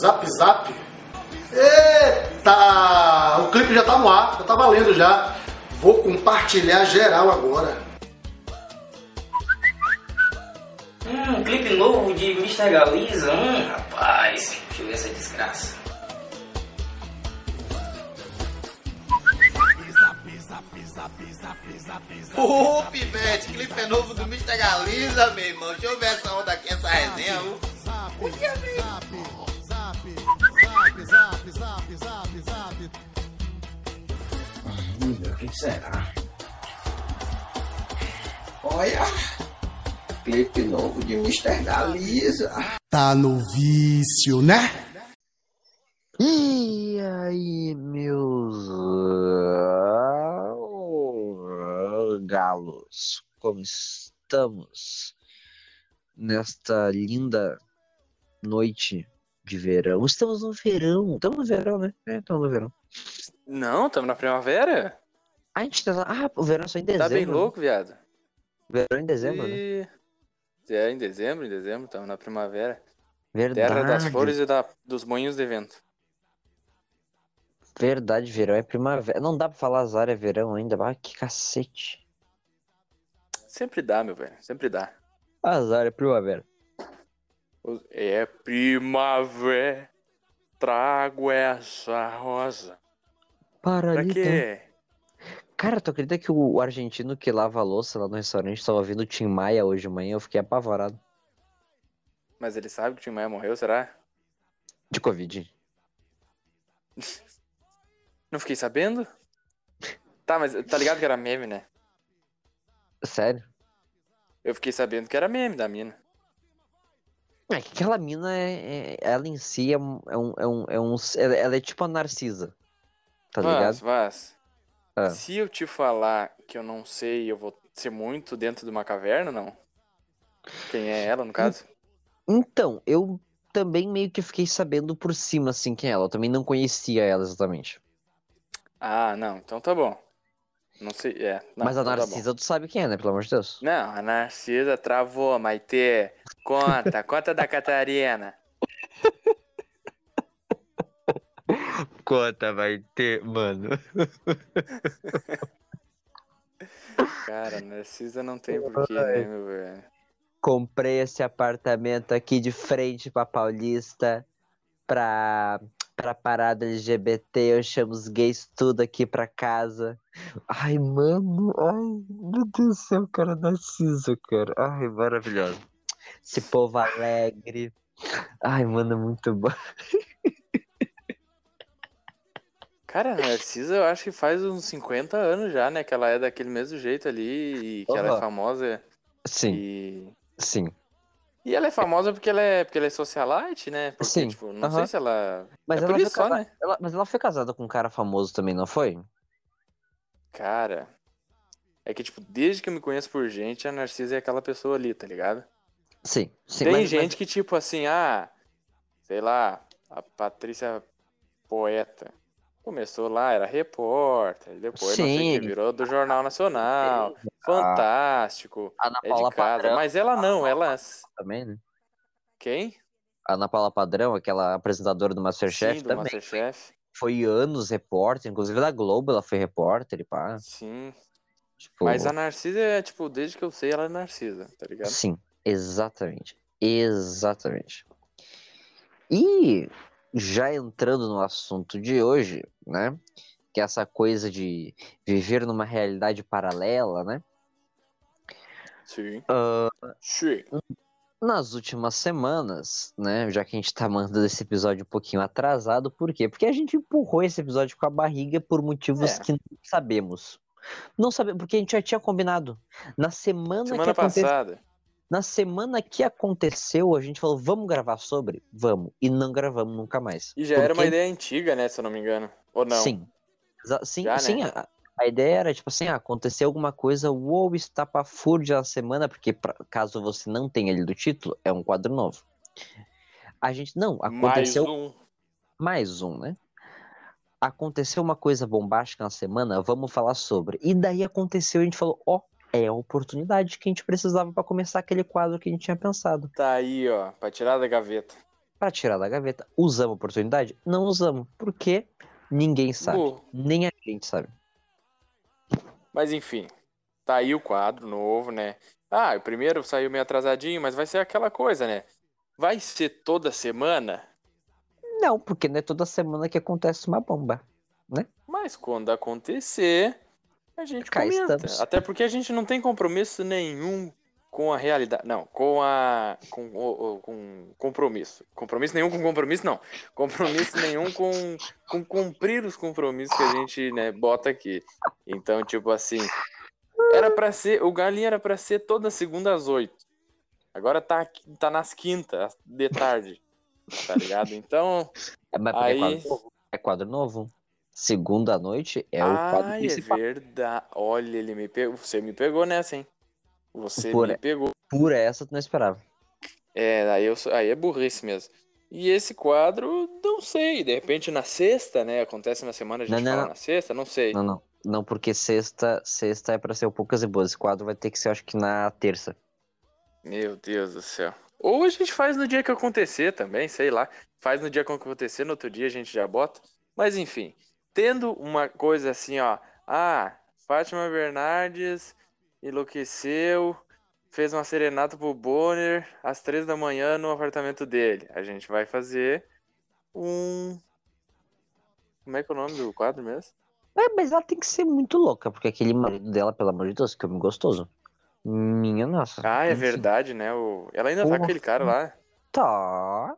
Zap Zap. Eita! O clipe já tá no ar, já tá valendo já. Vou compartilhar geral agora. Clipe novo de Mr. Galiza? Rapaz, deixa eu ver essa desgraça. Ô, Pivete, clipe é novo do Mr. Galiza, meu irmão. Deixa eu ver essa onda aqui, essa resenha, viu? O que será? Olha, clipe novo de Mr. Galiza. Tá no vício, né? E aí, meus galos, como estamos nesta linda noite de verão? Estamos no verão, né? Estamos no verão. Não, estamos na primavera. A gente tá... o verão é só em dezembro. Tá bem louco, viado. Verão em dezembro, né? É, em dezembro, estamos na primavera. Verdade. Terra das flores e dos moinhos de vento. Verdade, verão é primavera. Não dá pra falar azar é verão ainda. Que cacete. Sempre dá, meu velho, sempre dá. Azar é primavera. É primavera, trago essa rosa. Para Pra ali, quê? Cara, tu acredita que o argentino que lava a louça lá no restaurante tava ouvindo o Tim Maia hoje de manhã? Eu fiquei apavorado. Mas ele sabe que o Tim Maia morreu, será? De Covid. Não fiquei sabendo? Tá, mas tá ligado que era meme, né? Sério? Eu fiquei sabendo que era meme da mina. É que aquela mina ela em si ela é tipo a Narcisa. Tá ligado? Vaz. Ah. Se eu te falar que eu não sei, eu vou ser muito dentro de uma caverna, não? Quem é ela, no caso? Então, eu também meio que fiquei sabendo por cima, assim, quem é ela. Eu também não conhecia ela exatamente. Ah, não, então tá bom. Não sei, não, Mas a então Narcisa, tu sabe quem é, né? Pelo amor de Deus. Não, a Narcisa travou, Maitê. Conta da Catarina. Conta, vai ter, mano. Cara, Narcisa não tem porquê, né, meu velho? Comprei esse apartamento aqui de frente pra Paulista pra parada LGBT. Eu chamo os gays tudo aqui pra casa. Ai, mano. Ai, meu Deus do céu, cara. Narciso, cara. Ai, maravilhoso. Esse povo alegre. Ai, mano, muito bom. Cara, a Narcisa eu acho que faz uns 50 anos já, né? Que ela é daquele mesmo jeito ali e que ela é famosa. Sim. Sim. E ela é famosa porque ela é socialite, né? Porque, Sim. tipo, não sei se ela... Mas é ela por isso só, né? Mas ela foi casada com um cara famoso também, não foi? Cara, é que, tipo, desde que eu me conheço por gente, a Narcisa é aquela pessoa ali, tá ligado? Sim. Tem gente que, tipo, assim, sei lá, a Patrícia Poeta começou lá, era repórter, depois não sei o que, virou do Jornal Nacional, Fantástico, Ana é Paula de casa. Padrão, Mas ela não, ela... também, né? Quem? A Ana Paula Padrão, aquela apresentadora do MasterChef, Sim, do também. Masterchef. Foi anos repórter, inclusive da Globo ela foi repórter e pá. Sim. Tipo... Mas a Narcisa é, tipo, desde que eu sei, ela é Narcisa, tá ligado? Sim, exatamente. E já entrando no assunto de hoje, né? Que é essa coisa de viver numa realidade paralela, né? Sim. Nas últimas semanas, né? Já que a gente tá mandando esse episódio um pouquinho atrasado, por quê? Porque a gente empurrou esse episódio com a barriga por motivos que não sabemos. Não sabemos, porque a gente já tinha combinado. Semana passada. Na semana que aconteceu, a gente falou, vamos gravar sobre? Vamos. E não gravamos nunca mais. E já era uma ideia antiga, né, se eu não me engano. Ou não? Sim. Sim, já, sim. Né? A ideia era, tipo assim, aconteceu alguma coisa, estapafúrdia na semana, porque caso você não tenha lido o título, é um quadro novo. A gente, não, aconteceu... Mais um, né? Aconteceu uma coisa bombástica na semana, vamos falar sobre. E daí aconteceu e a gente falou, é a oportunidade que a gente precisava pra começar aquele quadro que a gente tinha pensado. Tá aí, ó, pra tirar da gaveta. pra tirar da gaveta. Usamos a oportunidade? Não usamos. Por quê? Ninguém sabe. Burro. Nem a gente sabe. Mas enfim, tá aí o quadro novo, né? Ah, o primeiro saiu meio atrasadinho, mas vai ser aquela coisa, né? Vai ser toda semana, Não, porque não é toda semana que acontece uma bomba, né? mas quando acontecer, a gente Cá comenta. estamos. Até porque a gente não tem compromisso nenhum com a realidade. Não, com compromisso. Compromisso nenhum com compromisso, não. Compromisso nenhum com cumprir os compromissos que a gente, né, bota aqui. Então, tipo assim, era pra ser, o Galinha era pra ser toda segunda às 8. Agora tá nas quintas de tarde, tá ligado? Então, Mas porque aí... é quadro novo. Segunda à noite é o quadro Ai, é principal. verdade. Olha, ele me pegou. Você me pegou nessa, hein? Você Por- me pegou. Por essa tu não esperava. É, aí é burrice mesmo. E esse quadro, não sei, de repente na sexta, né? Acontece na semana, a gente Não. fala na sexta, não sei. Não. Não, porque sexta é pra ser o Poucas e Boas. Esse quadro vai ter que ser, acho que na terça. Meu Deus do céu. Ou a gente faz no dia que acontecer também, sei lá. Faz no dia que acontecer, no outro dia a gente já bota. Mas enfim, tendo uma coisa assim, ó. Ah, Fátima Bernardes enlouqueceu, fez uma serenata pro Bonner às 3 da manhã no apartamento dele. A gente vai fazer um... Como é que é o nome do quadro mesmo? Mas ela tem que ser muito louca, porque aquele marido dela, pelo amor de Deus, que homem gostoso. Minha nossa. Ah, é Enfim. verdade, né? Ela ainda tá com Porra. aquele cara lá. Tá.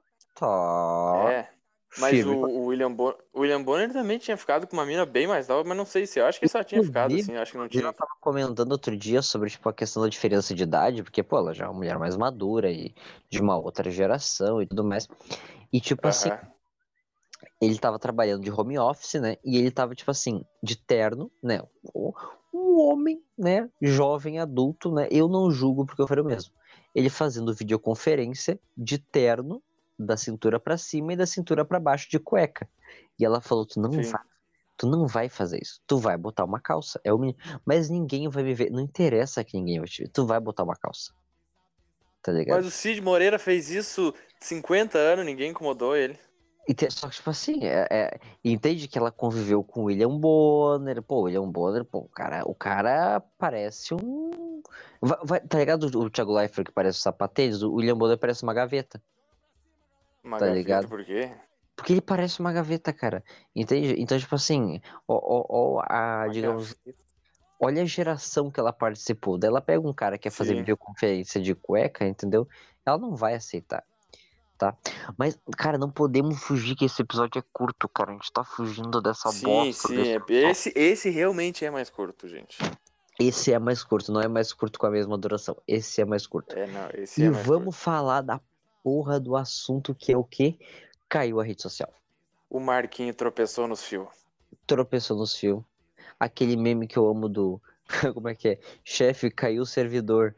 É. Mas Firme. o William Bonner também tinha ficado com uma mina bem mais nova, mas não sei se. Eu acho que só tinha ficado assim, eu acho que não Inclusive, tinha. eu tava comentando outro dia sobre, tipo, a questão da diferença de idade, porque, pô, ela já é uma mulher mais madura e de uma outra geração e tudo mais. E, tipo assim, Aham. ele tava trabalhando de home office, né? E ele tava, tipo assim, de terno, né? Um homem, né? Jovem, adulto, né? Eu não julgo porque eu faria o mesmo. Ele fazendo videoconferência de terno, da cintura pra cima e da cintura pra baixo de cueca. E ela falou: Sim. tu não vai fazer isso. Tu vai botar uma calça. É o mínimo. Mas ninguém vai me ver. Não interessa que ninguém vai te ver. Tu vai botar uma calça. Tá ligado? Mas o Cid Moreira fez isso 50 anos, ninguém incomodou ele. Só que, tipo assim, entende que ela conviveu com o William Bonner. Pô, o William Bonner, pô, o cara parece um. Tá ligado o Thiago Leifert que parece um sapatênis? O William Bonner parece uma gaveta. Uma Tá gaveta, ligado? por quê? Porque ele parece uma gaveta, cara. Entende? Então, tipo assim, Uma digamos, gaveta. olha a geração que ela participou. Daí ela pega um cara que quer fazer Sim. videoconferência de cueca, entendeu? Ela não vai aceitar, tá? Mas, cara, não podemos fugir que esse episódio é curto, cara. A gente tá fugindo dessa Sim, bosta. sim. Esse realmente é mais curto, gente. Esse é mais curto, não é mais curto com a mesma duração. Esse é mais curto. É, não, esse E é mais vamos curto. falar da porra do assunto que é o quê? Caiu a rede social. O Marquinho tropeçou nos fios. Tropeçou nos fios. Aquele meme que eu amo do. Como é que é? Chefe, caiu o servidor.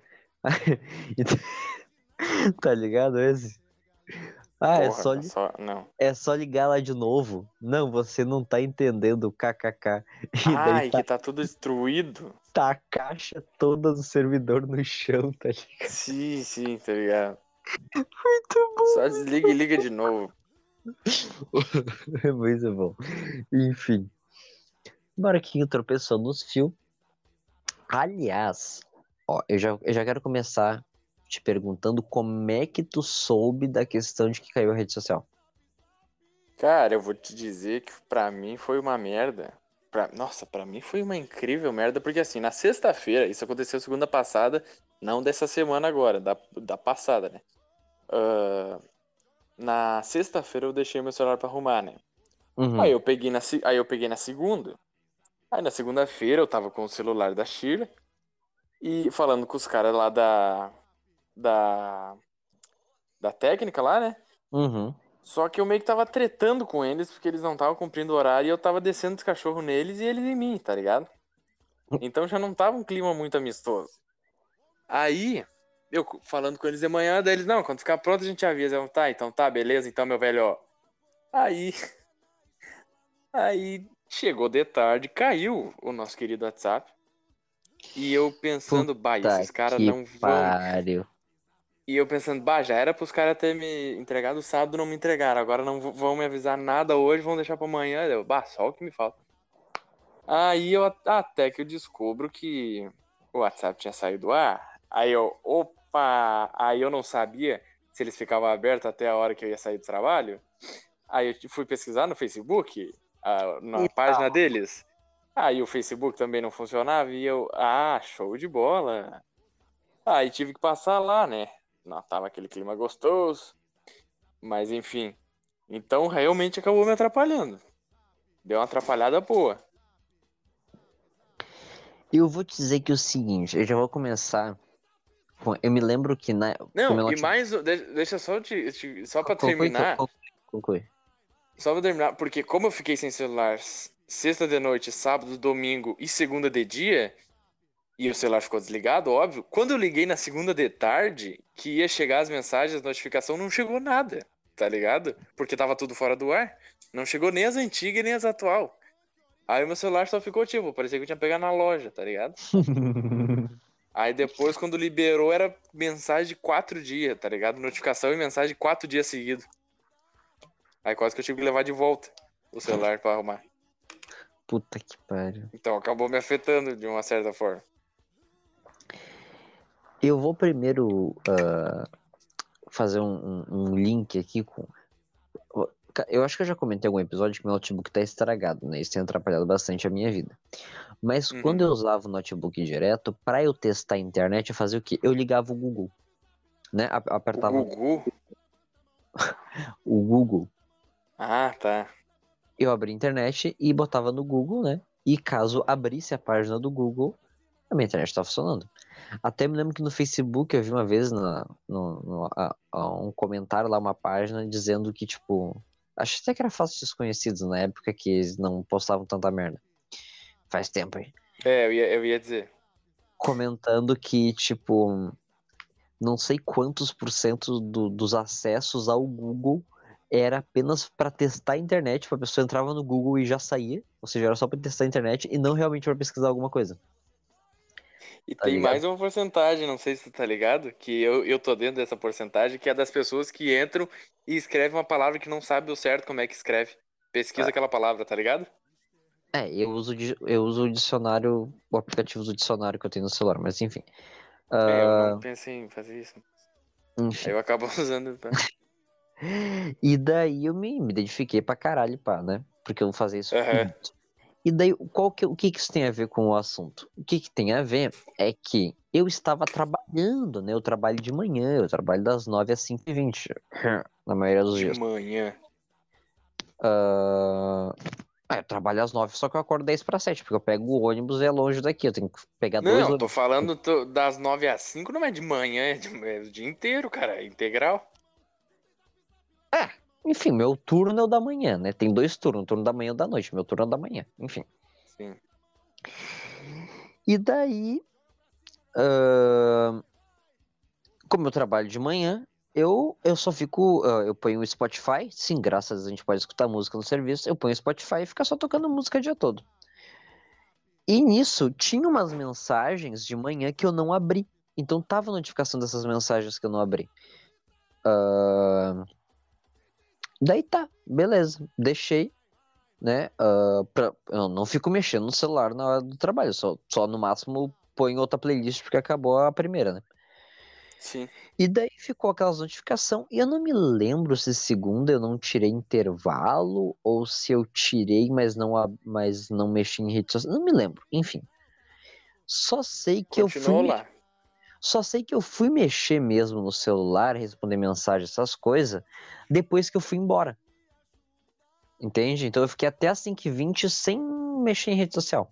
Tá ligado esse? Ah, Porra, não. é só ligar lá de novo. Não, você não tá entendendo, kkk. E daí Ai, que tá tudo destruído. tá a caixa toda do servidor no chão, tá ligado? Sim, tá ligado? Muito bom. Só desliga e liga de novo. É muito bom. Enfim. Marquinho tropeçou nos fios. Aliás, ó, eu já quero começar te perguntando como é que tu soube da questão de que caiu a rede social. Cara, eu vou te dizer que pra mim foi uma merda. Nossa, pra mim foi uma incrível merda, porque assim, na sexta-feira, isso aconteceu segunda passada, não dessa semana agora, da passada, né? Na sexta-feira eu deixei meu celular pra arrumar, né? Uhum. Aí eu peguei na segunda. Aí na segunda-feira eu tava com o celular da Shira e falando com os caras lá da técnica lá, né? Uhum. Só que eu meio que tava tretando com eles porque eles não estavam cumprindo o horário e eu tava descendo os cachorros neles e eles em mim, tá ligado? Então já não tava um clima muito amistoso. Aí, eu falando com eles de manhã, daí eles, não, quando ficar pronto a gente avisa. Eu, tá, então tá, beleza, então meu velho, ó. Aí chegou de tarde, caiu o nosso querido WhatsApp. E eu pensando, bah, esses caras que não vão. pariu. E eu pensando, bah, já era pros caras terem me entregado sábado, não me entregaram. Agora não vão me avisar nada hoje, vão deixar pra amanhã. Eu, bah, só o que me falta. Aí eu até que eu descubro que o WhatsApp tinha saído do ar. Aí eu, opa! Aí eu não sabia se eles ficavam abertos até a hora que eu ia sair do trabalho. Aí eu fui pesquisar no Facebook, na página deles. Aí o Facebook também não funcionava e eu, show de bola. Aí tive que passar lá, né? Não tava aquele clima gostoso. Mas enfim. Então realmente acabou me atrapalhando. Deu uma atrapalhada boa. Eu vou te dizer que é o seguinte, eu já vou começar. Eu me lembro que na. Não, e mais. Deixa só só pra terminar. Conclui. Só pra terminar, porque como eu fiquei sem celular sexta de noite, sábado, domingo e segunda de dia, e o celular ficou desligado, óbvio, quando eu liguei na segunda de tarde, que ia chegar as mensagens, notificação, não chegou nada, tá ligado? Porque tava tudo fora do ar. Não chegou nem as antigas nem as atual. Aí o meu celular só ficou tipo, parecia que eu tinha pegado na loja, tá ligado? Aí depois, quando liberou, era mensagem de 4 dias, tá ligado? Notificação e mensagem de 4 dias seguidos. Aí quase que eu tive que levar de volta o celular pra arrumar. Puta que pariu. Então acabou me afetando de uma certa forma. Eu vou primeiro fazer um link aqui com... Eu acho que eu já comentei em algum episódio que meu notebook tá estragado, né? Isso tem atrapalhado bastante a minha vida. Mas quando eu usava o notebook direto, pra eu testar a internet, eu fazia o quê? Eu ligava o Google, né? Apertava... O Google? O Google. Ah, tá. Eu abria a internet e botava no Google, né? E caso abrisse a página do Google, a minha internet tá funcionando. Até me lembro que no Facebook eu vi uma vez um comentário lá, uma página, dizendo que, tipo... Acho até que era fácil desconhecidos na época que eles não postavam tanta merda. Faz tempo aí. Eu ia dizer. Comentando que, tipo, não sei quantos % dos acessos ao Google era apenas pra testar a internet. Tipo, a pessoa entrava no Google e já saía. Ou seja, era só pra testar a internet e não realmente pra pesquisar alguma coisa. E Tá tem ligado? mais uma porcentagem, não sei se tu tá ligado, que eu tô dentro dessa porcentagem, que é das pessoas que entram e escrevem uma palavra que não sabe o certo como é que escreve. Pesquisa aquela palavra, tá ligado? Eu uso o dicionário, o aplicativo do dicionário que eu tenho no celular, mas enfim. Eu não pensei em fazer isso. Enfim. Aí eu acabo usando. Tá? E daí eu me identifiquei pra caralho, pá, né? Porque eu fazia isso Aham. muito. E daí, o que isso tem a ver com o assunto? O que tem a ver é que eu estava trabalhando, né? Eu trabalho de manhã, eu trabalho das 9 às 5h20, na maioria dos dias. De manhã. Eu trabalho às 9, só que eu acordo 10 para 7, porque eu pego o ônibus e é longe daqui, eu tenho que pegar dois Não, ônibus. tô falando das 9 às 5, não é de manhã, é o dia inteiro, cara, é integral. Enfim, meu turno é o da manhã, né? Tem 2 turnos, o turno da manhã e o da noite. Meu turno é o da manhã, enfim. Sim. E daí, como eu trabalho de manhã, eu só fico... eu ponho o Spotify. Sim, graças a Deus a gente pode escutar música no serviço. Eu ponho o Spotify e fica só tocando música o dia todo. E nisso, tinha umas mensagens de manhã que eu não abri. Então tava a notificação dessas mensagens que eu não abri. Daí tá, beleza, deixei, né? Eu não fico mexendo no celular na hora do trabalho, só no máximo ponho outra playlist porque acabou a primeira, né? Sim. E daí ficou aquelas notificações, e eu não me lembro se segunda eu não tirei intervalo ou se eu tirei, mas não mexi em rede social, não me lembro, enfim. Só sei que Continuou lá. Só sei que eu fui mexer mesmo no celular, responder mensagem, essas coisas, depois que eu fui embora. Entende? Então eu fiquei até às 5h20 sem mexer em rede social.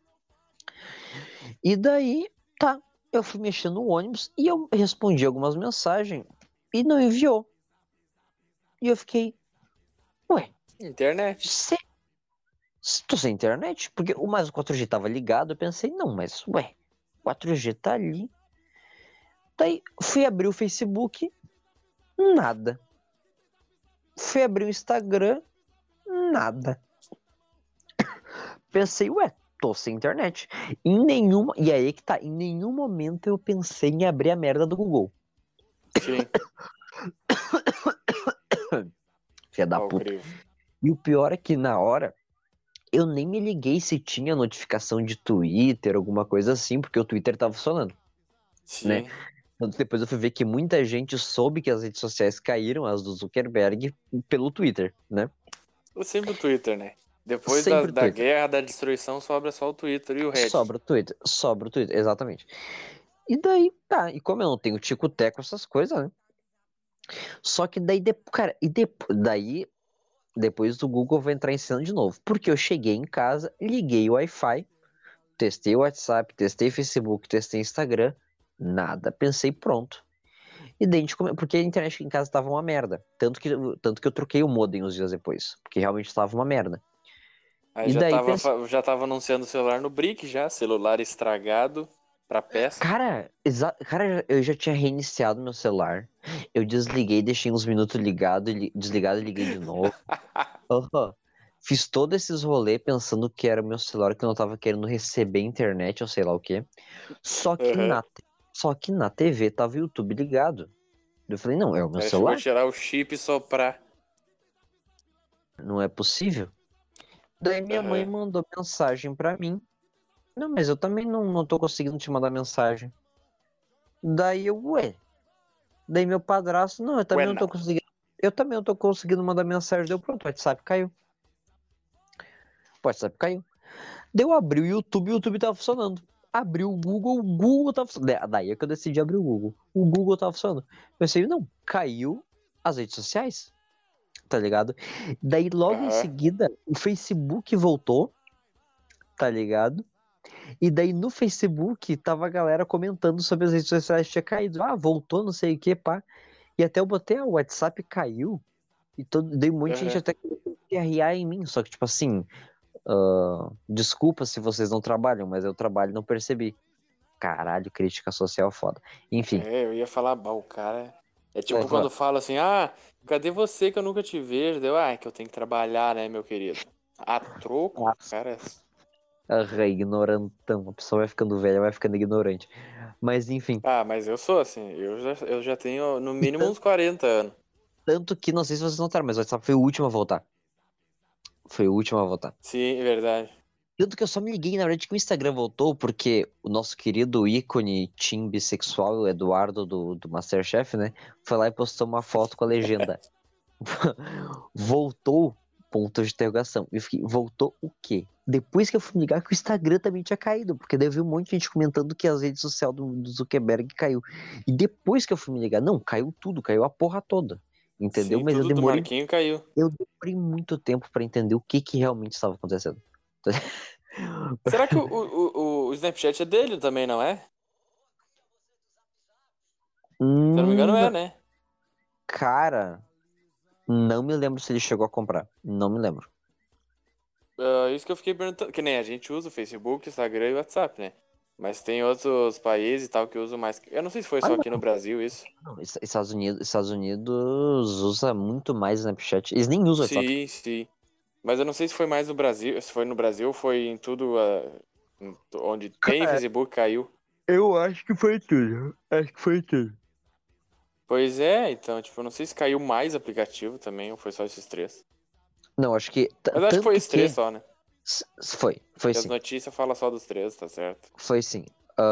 E daí, tá. Eu fui mexer no ônibus e eu respondi algumas mensagens e não enviou. E eu fiquei... Ué, Internet. tô sem internet? Porque o 4G tava ligado, eu pensei, não, mas ué, 4G tá ali. Daí fui abrir o Facebook, nada. Fui abrir o Instagram, nada. Pensei, ué, tô sem internet. E aí que tá, em nenhum momento eu pensei em abrir a merda do Google. Sim. Filha da Ó, o puta. crivo. E o pior é que na hora, eu nem me liguei se tinha notificação de Twitter, alguma coisa assim, porque o Twitter tava funcionando, né? Sim. Tanto depois eu fui ver que muita gente soube que as redes sociais caíram, as do Zuckerberg, pelo Twitter, né? Sempre o Twitter, né? Depois Sempre o da Twitter. guerra, da destruição, sobra só o Twitter e o Reddit. Sobra o Twitter, exatamente. E daí, tá, e como eu não tenho tico-teco, essas coisas, né? Só que daí, cara, daí, depois do Google, eu vou entrar em cena de novo. Porque eu cheguei em casa, liguei o Wi-Fi, testei o WhatsApp, testei Facebook, testei Instagram, nada. Pensei, pronto. E daí a gente porque a internet aqui em casa tava uma merda. Tanto que eu troquei o modem uns dias depois. Porque realmente tava uma merda. Aí E daí pensei, já tava anunciando o celular no Brick já, celular estragado pra peça. cara, eu já tinha reiniciado meu celular. Eu desliguei, deixei uns minutos ligado, desligado e liguei de novo. Aham. Fiz todos esses rolês pensando que era meu celular, que eu não tava querendo receber internet ou sei lá o quê. Só que Aham. só que na TV tava o YouTube ligado. Eu falei, não, é o meu Aí chegou a celular? tirar o chip e soprar. Não é possível. Daí minha mãe Aham. mandou mensagem pra mim. Não, mas eu também não tô conseguindo te mandar mensagem. Daí eu, ué. Daí meu padrasto, não, eu Ué, também não tô não. conseguindo. Eu também não tô conseguindo mandar mensagem. Deu pronto, o WhatsApp caiu. O WhatsApp caiu. Daí eu abri o YouTube tava funcionando. Abri o Google tava funcionando. Daí é que eu decidi abrir o Google tava funcionando. Pensei, não, caiu as redes sociais, tá ligado? Daí logo em Aham. seguida o Facebook voltou, tá ligado? E daí no Facebook tava a galera comentando sobre as redes sociais que tinha caído. Ah, voltou, não sei o que, pá. E até eu botei, o WhatsApp caiu. E dei um monte de gente Aham. até que riar em mim. Só que, tipo assim, desculpa se vocês não trabalham, mas eu trabalho e não percebi. Caralho, crítica social foda. Enfim. É, eu ia falar, bah, o cara. É tipo Aham. quando fala assim, ah, cadê você que eu nunca te vejo? Deu, ah, é que eu tenho que trabalhar, né, meu querido? A troco, cara. Aham, ignorantão. A pessoa vai ficando velha, vai ficando ignorante. Mas enfim. Ah, mas eu sou assim, eu já tenho no E mínimo uns 40 anos. tanto que, não sei se vocês notaram, mas o WhatsApp foi o último a voltar. Foi o último a voltar. Sim, é verdade. Tanto que eu só me liguei, na verdade, que o Instagram voltou, porque o nosso querido ícone team bissexual, o Eduardo do MasterChef, né? Foi lá e postou uma foto com a legenda. Voltou? Ponto de interrogação. E eu fiquei, voltou o quê? Depois que eu fui me ligar que o Instagram também tinha caído, porque daí eu vi um monte de gente comentando que as redes sociais do Zuckerberg caiu. E depois que eu fui me ligar, não, caiu tudo, caiu a porra toda. Entendeu? Sim, Mas tudo do Marquinho caiu. eu demorei muito tempo pra entender o que realmente estava acontecendo. Será que o Snapchat é dele também, não é? Se eu não me engano, é, Hum, né? cara, não me lembro se ele chegou a comprar. Não me lembro. Ah, isso que eu fiquei perguntando. Que nem a gente usa o Facebook, Instagram e WhatsApp, né? Mas tem outros países e tal que usam mais. Eu não sei se foi Ah, só aqui no Brasil isso. não, Estados Unidos usa muito mais Snapchat. Eles nem usam WhatsApp. Sim, sim. Mas eu não sei se foi mais no Brasil. Se foi no Brasil, foi em tudo onde tem Cara, Facebook caiu. eu acho que foi tudo. Acho que foi tudo. Pois é, então, tipo, eu não sei se caiu mais aplicativo também, ou foi só esses três. Não, acho que. Mas acho que foi Tanto esses três que. só, né? Foi Que as sim. notícias falam só dos três, tá certo? Foi sim.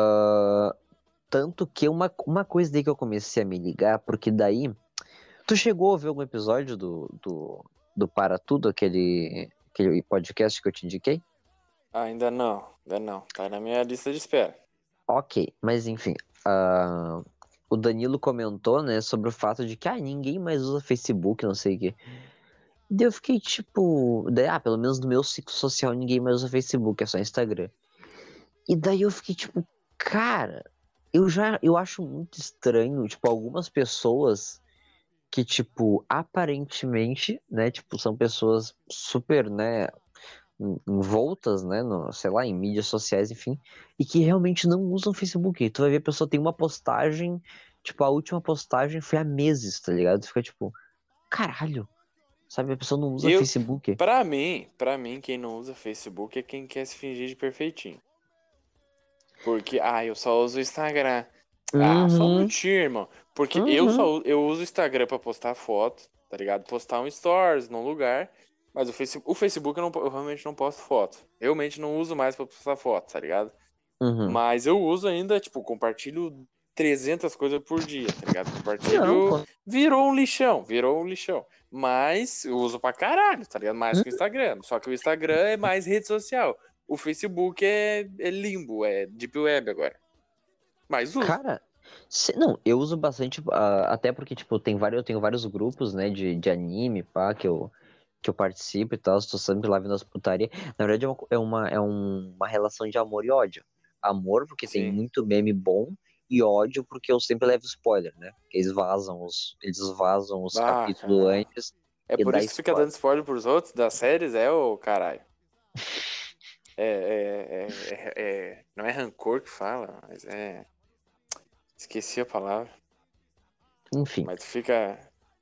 Tanto que uma coisa daí que eu comecei a me ligar, porque daí. Tu chegou a ver algum episódio do Para Tudo, aquele podcast que eu te indiquei? Ah, ainda não, ainda não. Tá na minha lista de espera. Ok, mas enfim. O Danilo comentou, né, sobre o fato de que ninguém mais usa Facebook, não sei o quê. Daí eu fiquei tipo. Pelo menos no meu ciclo social ninguém mais usa Facebook, é só Instagram. E daí eu fiquei tipo, cara, eu acho muito estranho, tipo, algumas pessoas que, tipo, aparentemente, né, tipo, são pessoas super, né, envoltas, né, no, sei lá, em mídias sociais, enfim, e que realmente não usam Facebook. E tu vai ver a pessoa tem uma postagem, tipo, a última postagem foi há meses, tá ligado? Fica tipo, caralho, sabe, a pessoa não usa Eu, Facebook. pra mim, quem não usa Facebook é quem quer se fingir de perfeitinho. Porque, eu só uso o Instagram. Ah, só um Uhum, minutinho, irmão. Porque uhum. eu uso o Instagram pra postar foto, tá ligado? Postar um stories num lugar. Mas o Facebook eu realmente não posto foto. Realmente não uso mais pra postar foto, tá ligado? Uhum. Mas eu uso ainda, tipo, compartilho 300 coisas por dia, tá ligado? Não, Compartilho, virou um lixão. Mas eu uso pra caralho, tá ligado? Mais que o Instagram. Só que o Instagram é mais rede social. O Facebook é limbo, é deep web agora. Mas uso. cara, não, eu uso bastante, até porque, tipo, eu tenho vários grupos, né, de anime, pá, que eu participo e tal, estou sempre lá vendo as putaria. Na verdade, uma relação de amor e ódio. Amor, porque tem Sim. muito meme bom, e ódio, porque eu sempre levo spoiler, né? Eles vazam os Ah, capítulos cara. antes É e por dá isso que fica dando spoiler. spoiler pros outros das séries, é, ô caralho. Não é rancor que fala, mas é. Esqueci a palavra. Enfim. Mas fica.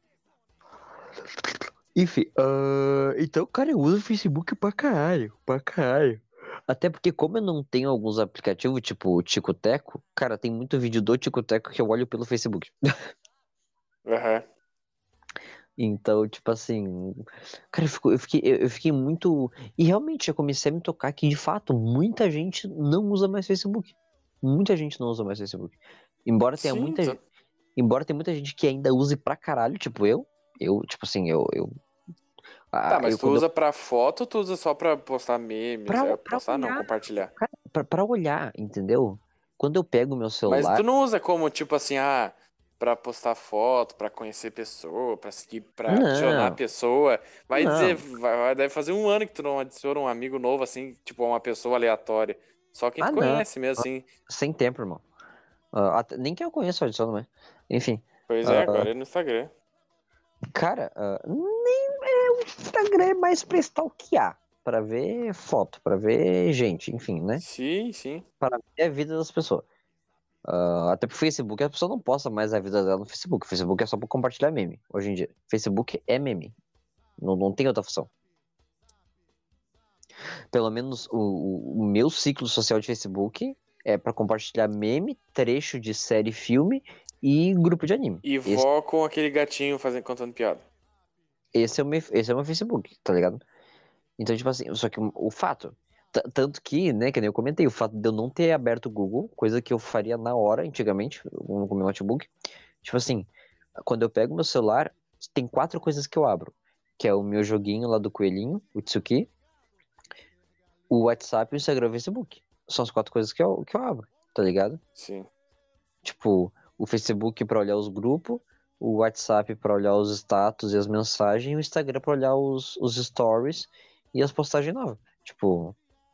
Enfim, então, cara, eu uso o Facebook pra caralho, pra caralho. Até porque, como eu não tenho alguns aplicativos, tipo o Tico Teco, cara, tem muito vídeo do Tico Teco que eu olho pelo Facebook. Aham. Então, tipo assim, cara, eu fiquei muito. E realmente eu comecei a me tocar que, de fato, muita gente não usa mais Facebook. Muita gente não usa mais Facebook. Embora tenha Sim, muita, embora tenha muita gente que ainda use pra caralho, tipo tipo assim, tá, mas eu tu quando eu, usa pra foto ou tu usa só pra postar memes? É, pra postar não, olhar. compartilhar. Cara, pra olhar, entendeu? Quando eu pego meu Mas celular. tu não usa como, tipo assim, pra postar foto, pra conhecer pessoa, pra seguir, pra adicionar a Não, pessoa. Vai dizer, não. deve fazer um ano que tu não adiciona um amigo novo, assim, tipo, uma pessoa aleatória. Só quem Ah, tu não. conhece mesmo, assim. Sem tempo, irmão. Nem que eu conheça o adiciono, mas. Enfim. Pois é, ah, agora é no Instagram. cara, nem o Instagram é mais pra stalkear. Pra ver foto, pra ver gente, enfim, né? Sim, sim. Pra ver a vida das pessoas. Até pro Facebook, a pessoa não posta mais a vida dela no Facebook. O Facebook é só pra compartilhar meme, hoje em dia. Facebook é meme. Não tem outra função. Pelo menos o meu ciclo social de Facebook é pra compartilhar meme, trecho de série, filme e grupo de anime. E Esse, vó com aquele gatinho fazendo, contando piada. esse é o meu Facebook, tá ligado? Então, tipo assim, só que o fato. Tanto que, né, que nem eu comentei, o fato de eu não ter aberto o Google, coisa que eu faria na hora, antigamente, com o meu notebook. Tipo assim, quando eu pego meu celular, tem 4 coisas que eu abro. Que é o meu joguinho lá do coelhinho, o Tsuki, o WhatsApp, o Instagram e o Facebook. São as 4 coisas que eu abro, tá ligado? Sim. Tipo, o Facebook pra olhar os grupos, o WhatsApp pra olhar os status e as mensagens, e o Instagram pra olhar os stories e as postagens novas. Tipo,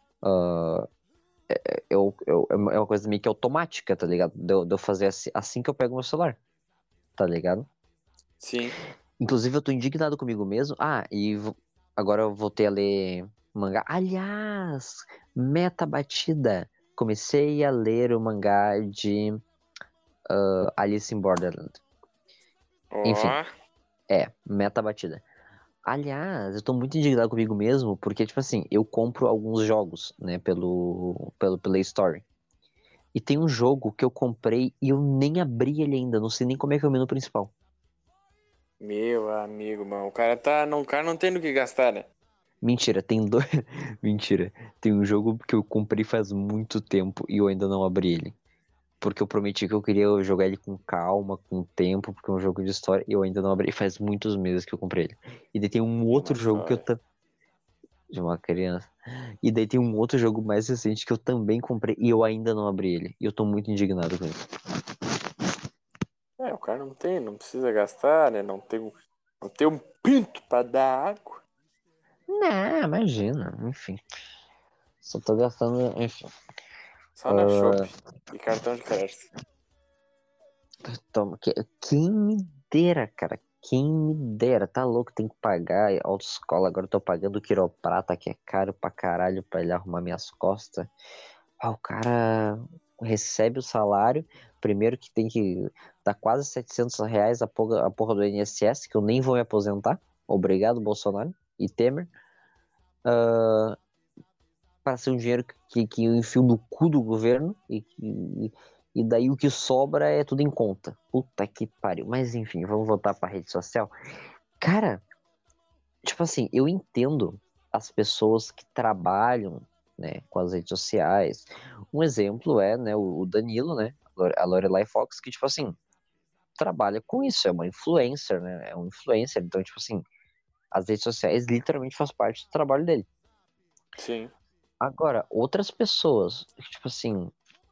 é uma coisa meio que automática, tá ligado? De eu fazer assim que eu pego meu celular, tá ligado? Sim. Inclusive, eu tô indignado comigo mesmo. Agora eu voltei a ler mangá. Aliás, meta batida. Comecei a ler o mangá de Alice in Borderland. Enfim, Ó. meta batida. Aliás, eu tô muito indignado comigo mesmo, porque, tipo assim, eu compro alguns jogos, né, pelo Play Store. E tem um jogo que eu comprei e eu nem abri ele ainda, não sei nem como é que é o menu principal. Meu amigo, mano. O cara não tem no que gastar, né? Mentira, tem dois. Mentira. Tem um jogo que eu comprei faz muito tempo e eu ainda não abri ele. Porque eu prometi que eu queria jogar ele com calma, com tempo, porque é um jogo de história e eu ainda não abri. Faz muitos meses que eu comprei ele. E daí tem um É uma outro jogo que eu história. também. De uma criança. E daí tem um outro jogo mais recente que eu também comprei e eu ainda não abri ele. E eu tô muito indignado com isso. É, o cara não precisa gastar, né? Não tem um pinto pra dar água. Não, imagina. Enfim. Só tô gastando. Enfim. Só na Shop e cartão de crédito. Quem me dera, cara. Quem me dera. Tá louco, tem que pagar autoescola. Agora eu tô pagando quiroprata, que é caro pra caralho pra ele arrumar minhas costas. O cara recebe o salário. Primeiro que tem que dar quase R$ 700 a porra do INSS, que eu nem vou me aposentar. Obrigado, Bolsonaro e Temer. Para ser um dinheiro que eu enfio no cu do governo e daí o que sobra é tudo em conta. Puta que pariu. Mas enfim, vamos voltar pra rede social. Cara, tipo assim, eu entendo as pessoas que trabalham, né, com as redes sociais. Um exemplo é, né, o Danilo, né, a Lorelai Fox, que, tipo assim, trabalha com isso, é uma influencer, né, é um influencer. Então, tipo assim, as redes sociais literalmente faz parte do trabalho dele. Sim. Agora, outras pessoas, que, tipo assim,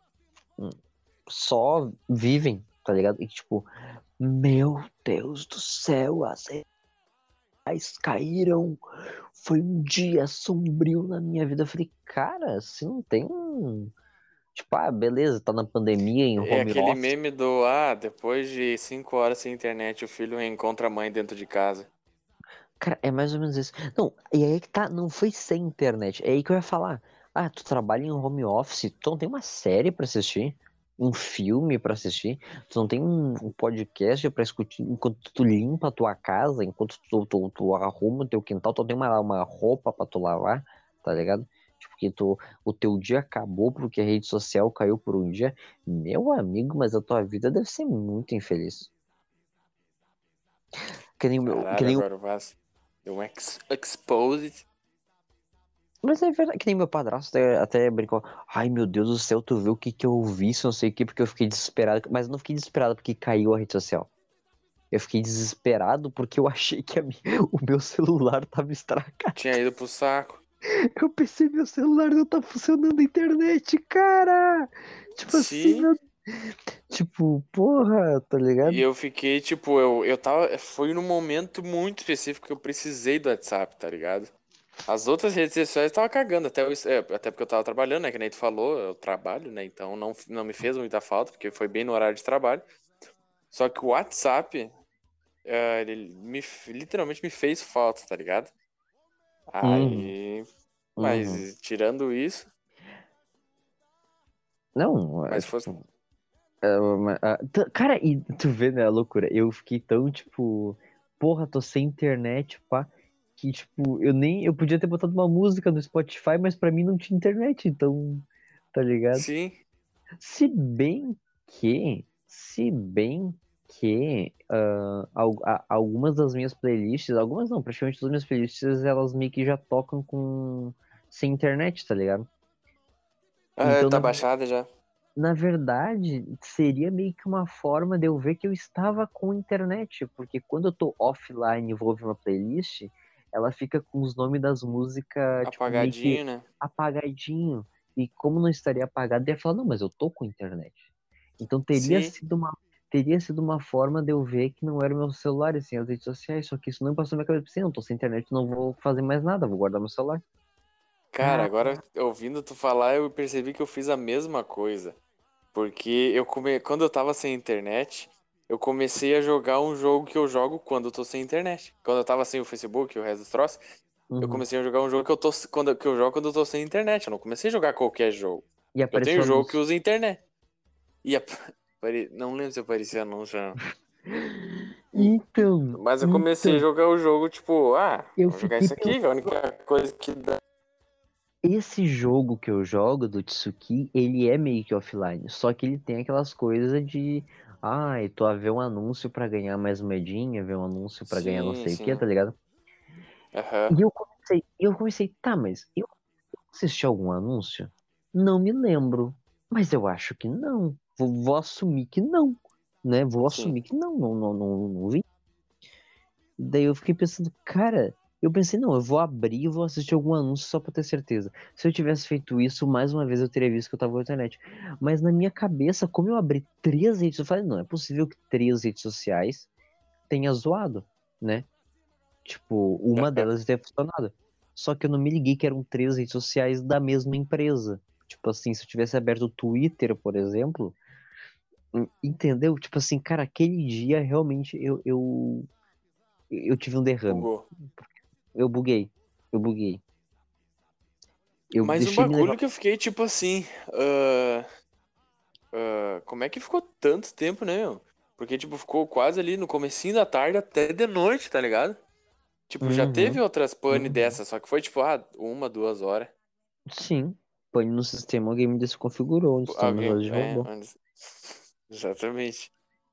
só vivem, tá ligado? E, tipo, meu Deus do céu, as reais caíram. Foi um dia sombrio na minha vida. Eu falei, cara, você não tem um. Tipo, ah, beleza, tá na pandemia, em É home aquele office. meme do, depois de 5 horas sem internet, o filho reencontra a mãe dentro de casa. Cara, é mais ou menos isso. Não, e aí que tá, não foi sem internet. É aí que eu ia falar. Ah, tu trabalha em home office, tu não tem uma série pra assistir? Um filme pra assistir? Tu não tem um podcast pra escutar enquanto tu limpa a tua casa, enquanto tu arruma o teu quintal, tu não tem uma roupa pra tu lavar, tá ligado? Tipo, que o teu dia acabou porque a rede social caiu por um dia. Meu amigo, mas a tua vida deve ser muito infeliz. Que nem o meu, que Caralho, nem agora o Vasco deu um exposed. Mas é verdade, que nem meu padrasto até brincou. Ai, meu Deus do céu, tu viu o que que eu vi, se não sei o que, porque eu fiquei desesperado. Mas eu não fiquei desesperado porque caiu a rede social. Eu fiquei desesperado porque eu achei que o meu celular tava estragado. Tinha ido pro saco. Eu pensei, meu celular não tá funcionando a internet, cara! Tipo assim, Sim. meu... Tipo, porra, tá E ligado? eu fiquei, tipo, eu tava. Foi num momento muito específico que eu precisei do WhatsApp, tá ligado? As outras redes sociais eu tava cagando, até porque eu tava trabalhando, né? Que nem tu falou, eu trabalho, né? Então não me fez muita falta, porque foi bem no horário de trabalho. Só que o WhatsApp, ele literalmente me fez falta, tá ligado? Uhum, Aí. uhum. Mas tirando isso. Não, Mas fosse. tipo. Cara, e tu vê, né, a loucura? Eu fiquei tão, tipo, porra, tô sem internet, pá, que, tipo, eu podia ter botado uma música no Spotify, mas pra mim não tinha internet, então, tá ligado? Sim. Se bem que algumas das minhas playlists, algumas não, praticamente todas as minhas playlists, elas meio que já tocam sem internet, tá ligado? Ah, Então, tá baixada já. na verdade, seria meio que uma forma de eu ver que eu estava com internet, porque quando eu tô offline e vou ouvir uma playlist, ela fica com os nomes das músicas, tipo, meio que Apagadinho, né? apagadinho. E como não estaria apagado, eu ia falar, não, mas eu tô com internet. Então Sim. teria sido uma forma de eu ver que não era o meu celular, e sim as redes sociais, só que isso não passou na minha cabeça, assim, não, tô sem internet, não vou fazer mais nada, vou guardar meu celular. Cara, agora ouvindo tu falar, eu percebi que eu fiz a mesma coisa. Porque quando eu tava sem internet, eu comecei a jogar um jogo que eu jogo quando eu tô sem internet. Quando eu tava sem o Facebook e o resto dos troços, eu Uhum. comecei a jogar um jogo que eu jogo quando eu tô sem internet. Eu não comecei a jogar qualquer jogo. E Eu tenho apareceu o jogo que anúncio. usa internet. E não lembro se aparecia anúncio, não. Então, Mas eu comecei a então, jogar o jogo, tipo, eu vou jogar fiquei isso aqui, que é a pensando. única coisa que dá. Esse jogo que eu jogo do Tsuki, ele é meio que offline, só que ele tem aquelas coisas de, ai, tu a ver um anúncio pra ganhar mais moedinha, ver um anúncio pra ganhar não Sim, sei o que, sim. tá ligado? Aham. E eu comecei, tá, mas eu assisti algum anúncio? Não me lembro, mas eu acho que não. Vou assumir que não, né? Vou Sim. assumir que não, não vi. Daí eu fiquei pensando, cara, eu pensei, não, eu vou abrir e vou assistir algum anúncio só pra ter certeza. Se eu tivesse feito isso, mais uma vez eu teria visto que eu tava na internet. Mas na minha cabeça, como eu abri três redes sociais, eu falei, não, é possível que três redes sociais tenha zoado, né? Tipo, uma Aham. delas tenha funcionado. Só que eu não me liguei que eram três redes sociais da mesma empresa. Tipo assim, se eu tivesse aberto o Twitter, por exemplo, entendeu? Tipo assim, cara, aquele dia realmente eu tive um derrame. Bugou. Eu buguei. Eu buguei. Eu Mas um deixei me levar. bagulho que eu fiquei tipo assim. Como é que ficou tanto tempo, né, meu? Porque, tipo, ficou quase ali no comecinho da tarde até de noite, tá ligado? Tipo, já teve Uhum, outras pane uhum. dessas, só que foi tipo, 1, 2 horas. Sim. Pane no sistema, alguém me desconfigurou, o sistema Alguém, me derrubou. Exatamente.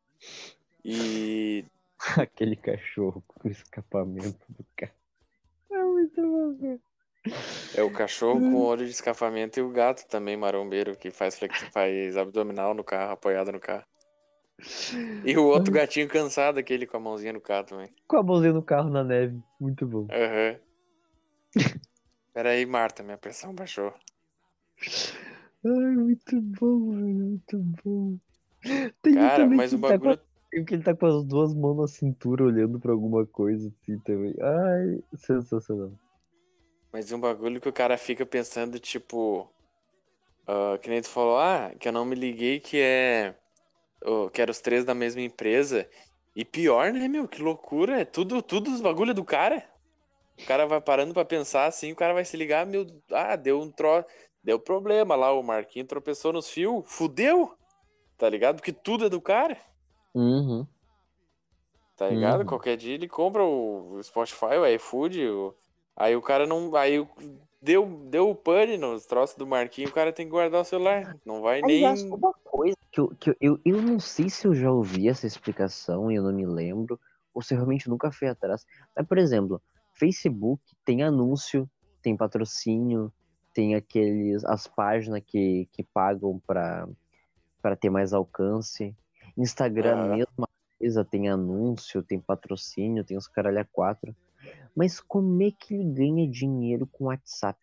E Aquele cachorro com o escapamento do carro. É muito bom, cara. é o cachorro com olho de escapamento e o gato também marombeiro que faz abdominal no carro, apoiado no carro. E o outro gatinho cansado, aquele com a mãozinha no carro também. Com a mãozinha no carro na neve. Muito bom. Aham. Pera aí, Marta, minha pressão baixou. Ai, muito bom, velho. Muito bom. Tem um Cara, também mas que o bagulho. ele tá com as duas mãos na cintura olhando pra alguma coisa assim também. Ai, sensacional. Mas um bagulho que o cara fica pensando, tipo. Que nem tu falou, que eu não me liguei que eram os três da mesma empresa. E pior, né, meu? Que loucura. É tudo os bagulho do cara. O cara vai parando pra pensar assim, o cara vai se ligar, deu problema lá, o Marquinhos tropeçou nos fios, fudeu, tá ligado? Porque tudo é do cara, Uhum. tá ligado? Uhum. Qualquer dia ele compra o Spotify, o iFood, aí o cara não, deu o pane nos troços do Marquinhos, o cara tem que guardar o celular, não vai Aliás, nem... uma coisa que eu não sei se eu já ouvi essa explicação e eu não me lembro, ou se eu realmente nunca fui atrás. Mas, por exemplo, Facebook tem anúncio, tem patrocínio, tem as páginas que pagam para ter mais alcance. Instagram, Aham. mesma coisa, tem anúncio, tem patrocínio, tem os caralho a quatro. Mas como é que ele ganha dinheiro com WhatsApp?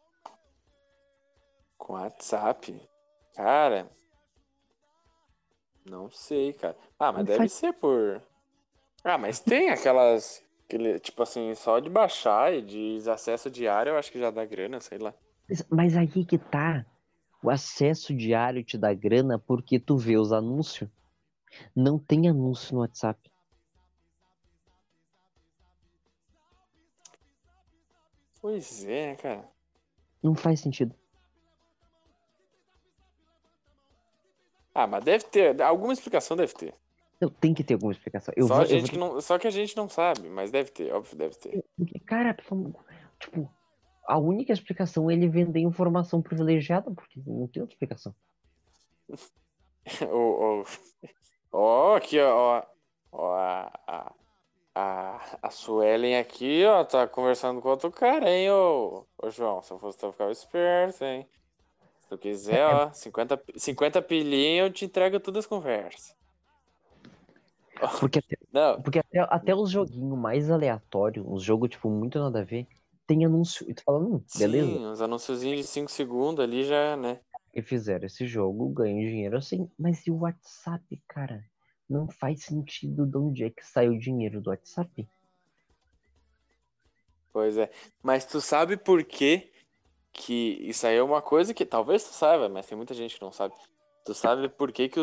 Com WhatsApp, cara, não sei, cara. Mas Não deve faz. ser por... mas tem tipo assim, só de baixar e de acesso diário, eu acho que já dá grana, sei lá. Mas aí que tá. O acesso diário te dá grana porque tu vê os anúncios. Não tem anúncio no WhatsApp. Pois é, cara. Não faz sentido. Mas deve ter, alguma explicação deve ter. Eu tenho que ter alguma explicação. Só que a gente não sabe, mas deve ter, óbvio, deve ter. Porque, cara, tipo, a única explicação é ele vender informação privilegiada, porque não tem outra explicação. Aqui, ó, a Suelen aqui, ó, tá conversando com outro cara, hein, ô João, se eu fosse tu, eu ficava esperto, hein. Se tu quiser, ó, 50 pilinha eu te entrego todas as conversas. Porque Não, até os joguinhos mais aleatórios, uns jogos, tipo, muito nada a ver, tem anúncio. E tu fala, beleza. sim, uns anúnciozinhos de 5 segundos ali já, né. E fizeram esse jogo, ganham dinheiro assim. Mas e o WhatsApp, cara? Não faz sentido de onde é que sai o dinheiro do WhatsApp. Pois é. Mas tu sabe por quê que isso aí é uma coisa que talvez tu saiba, mas tem muita gente que não sabe. Tu sabe por que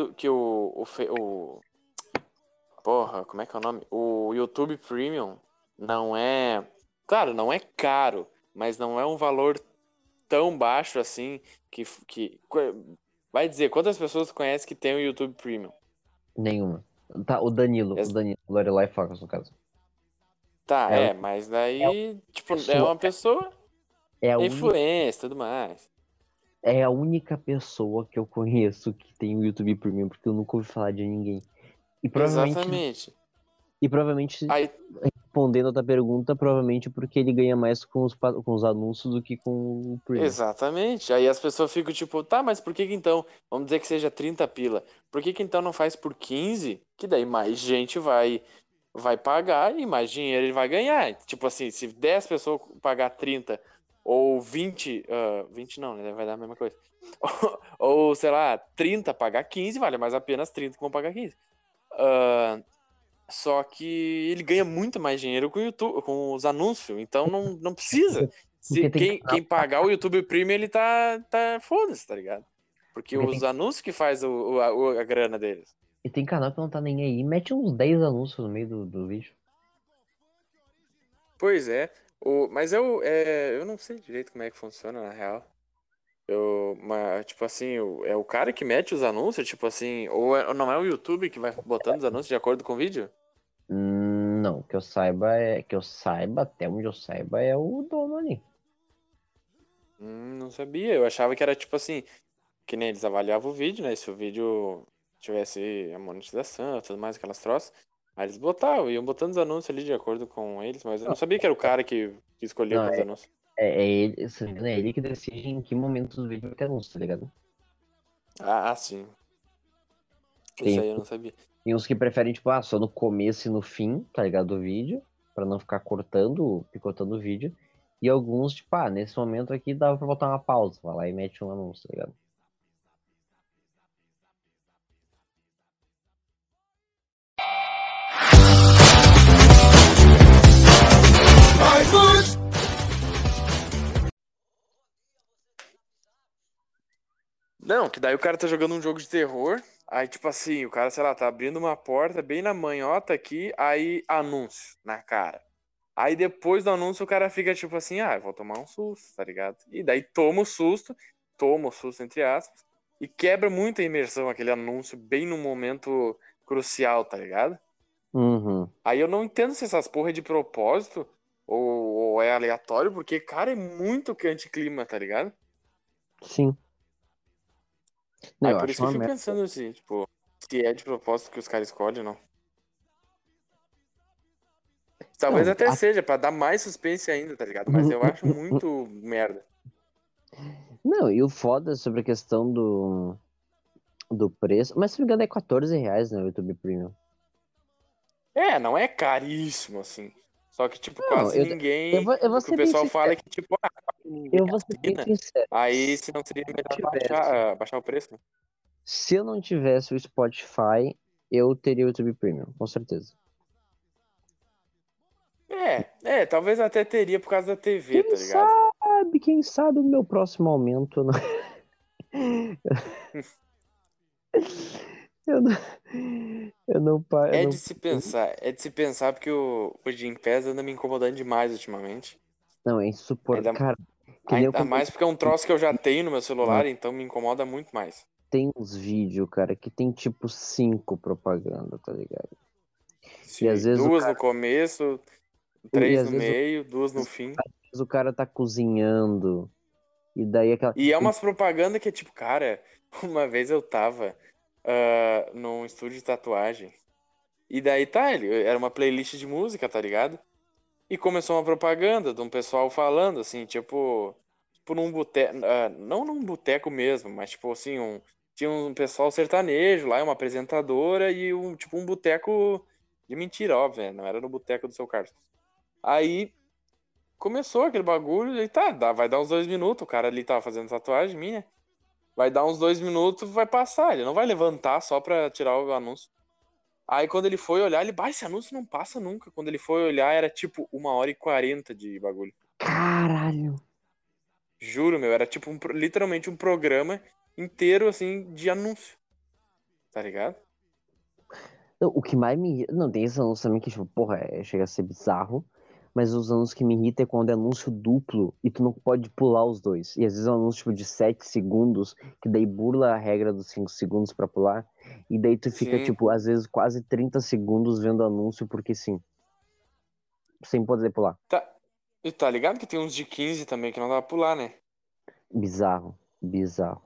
porra, como é que é o nome? O YouTube Premium não é... Claro, não é caro, mas não é um valor tão baixo assim que... Vai dizer, quantas pessoas tu conhece que tem o YouTube Premium? Nenhuma. Tá, o Danilo, Lorelai Fox, no caso. Tá, Ela mas é uma daí, tipo, é pessoa, uma pessoa, é a única, influência e tudo mais. é a única pessoa que eu conheço que tem o YouTube Premium, porque eu nunca ouvi falar de ninguém. E Exatamente. Aí, respondendo a tua pergunta, provavelmente porque ele ganha mais com os anúncios do que com o Premium. exatamente. Aí as pessoas ficam tipo, tá, mas por que então, vamos dizer que seja 30 pila, por que então não faz por 15? Que daí mais gente vai pagar e mais dinheiro ele vai ganhar. Tipo assim, se 10 pessoas pagar 30 ou 20, 20 não, né? Vai dar a mesma coisa. Ou, sei lá, 30 pagar 15, vale mais apenas 30 que vão pagar 15. Só que ele ganha muito mais dinheiro com o YouTube, com os anúncios, então não precisa. Se quem pagar o YouTube Premium, ele tá foda-se, tá ligado? Porque os anúncios que faz a grana deles. E tem canal que não tá nem aí, mete uns 10 anúncios no meio do vídeo. Pois é, mas eu não sei direito como é que funciona na real. Tipo assim, é o cara que mete os anúncios, tipo assim, ou não é o YouTube que vai botando os anúncios de acordo com o vídeo? Não, que eu saiba, até onde eu saiba, é o dono ali. Não sabia, eu achava que era tipo assim, que nem eles avaliavam o vídeo, né? Se o vídeo tivesse a monetização, tudo mais, aquelas troças. Aí eles iam botando os anúncios ali de acordo com eles, mas eu não sabia que era o cara que escolhia Não, os anúncios. É ele, se não me engano, é ele que decide em que momento do vídeo vai ter anúncio, tá ligado? Ah, sim. Tem, Isso aí eu não sabia. tem uns que preferem, tipo, só no começo e no fim, tá ligado, do vídeo, pra não ficar picotando o vídeo. E alguns, tipo, nesse momento aqui dava pra botar uma pausa, vai lá e mete um anúncio, tá ligado? Não, que daí o cara tá jogando um jogo de terror, aí tipo assim, o cara, sei lá, tá abrindo uma porta bem na manhota aqui, aí anúncio na cara. Aí depois do anúncio o cara fica tipo assim, eu vou tomar um susto, tá ligado? E daí toma o susto entre aspas, e quebra muito a imersão aquele anúncio bem no momento crucial, tá ligado? Uhum. Aí eu não entendo se essas porra é de propósito ou é aleatório, porque, cara, é muito que anticlima, tá ligado? Sim. Não, Aí eu por acho isso que eu uma fico merda. pensando assim, tipo, se é de propósito que os caras escolhem ou não. Talvez Não, até seja, pra dar mais suspense ainda, tá ligado? Mas eu acho muito merda. Não, e o foda sobre a questão do preço. Mas se não me engano é R$ 14, né, o YouTube Premium. É, não é caríssimo, assim. Só que, tipo, Não, quase eu ninguém. vou O que o ser bem pessoal fala sincero. é que, tipo, quase ninguém Eu vou ser bem assina. sincero. Aí, se não seria melhor baixar o preço, né? Se eu não tivesse o Spotify, eu teria o YouTube Premium, com certeza. Talvez até teria por causa da TV, tá ligado? Quem sabe no meu próximo aumento. Eu não, eu não, pa- eu não, É de se pensar porque o Jim Pass anda me incomodando demais ultimamente. não, é insuportável. Ainda, Cara, que nem eu ainda comentei, mais porque é um troço que eu já tenho no meu celular, então me incomoda muito mais. tem uns vídeos, cara, que tem tipo 5 propaganda, tá ligado? E às Sim, vezes o duas no cara, começo, e três às no vezes, meio, duas no fim. o cara tá cozinhando, e daí aquela. E é umas propaganda que é tipo, cara, uma vez eu tava num estúdio de tatuagem. E daí era uma playlist de música, tá ligado? E começou uma propaganda de um pessoal falando, assim, tipo num boteco, não num boteco mesmo, mas tipo assim, tinha um pessoal sertanejo lá, uma apresentadora e tipo um boteco de mentira, óbvio, né? Não era no boteco do seu Carlos. Aí começou aquele bagulho e vai dar uns 2 minutos, o cara ali tava fazendo tatuagem minha, vai dar uns 2 minutos, vai passar, ele não vai levantar só pra tirar o anúncio. Aí quando ele foi olhar, esse anúncio não passa nunca. Quando ele foi olhar, era tipo 1h40 de bagulho. Caralho! Juro, meu, era tipo literalmente um programa inteiro, assim, de anúncio. Tá ligado? Não, o que mais me irrita. Não, tem esses anúncios também que, tipo, porra, chega a ser bizarro. Mas os anúncios que me irritam é quando é anúncio duplo e tu não pode pular os dois. E às vezes é um anúncio tipo, de 7 segundos, que daí burla a regra dos 5 segundos pra pular. E daí tu fica, Sim. tipo, às vezes quase 30 segundos vendo anúncio porque sim. Sem poder pular. E tá ligado que tem uns de 15 também que não dá pra pular, né? Bizarro. Bizarro.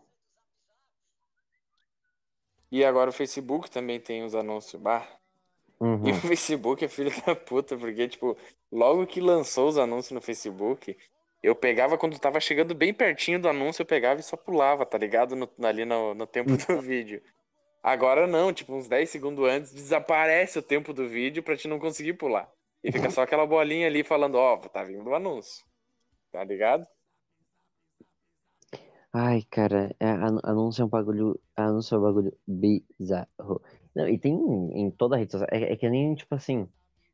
E agora o Facebook também tem os anúncios. Bah. E o Uhum. Facebook é filho da puta, porque, tipo, logo que lançou os anúncios no Facebook, eu pegava quando tava chegando bem pertinho do anúncio, eu pegava e só pulava, tá ligado? Ali no tempo do vídeo. Agora não, tipo, uns 10 segundos antes, desaparece o tempo do vídeo pra te não conseguir pular. E fica só aquela bolinha ali falando, tá vindo o anúncio. Tá ligado? Ai, cara, anúncio é um bagulho. Anúncio é um bagulho bizarro. Não, e tem em toda a rede social. É que nem, tipo assim.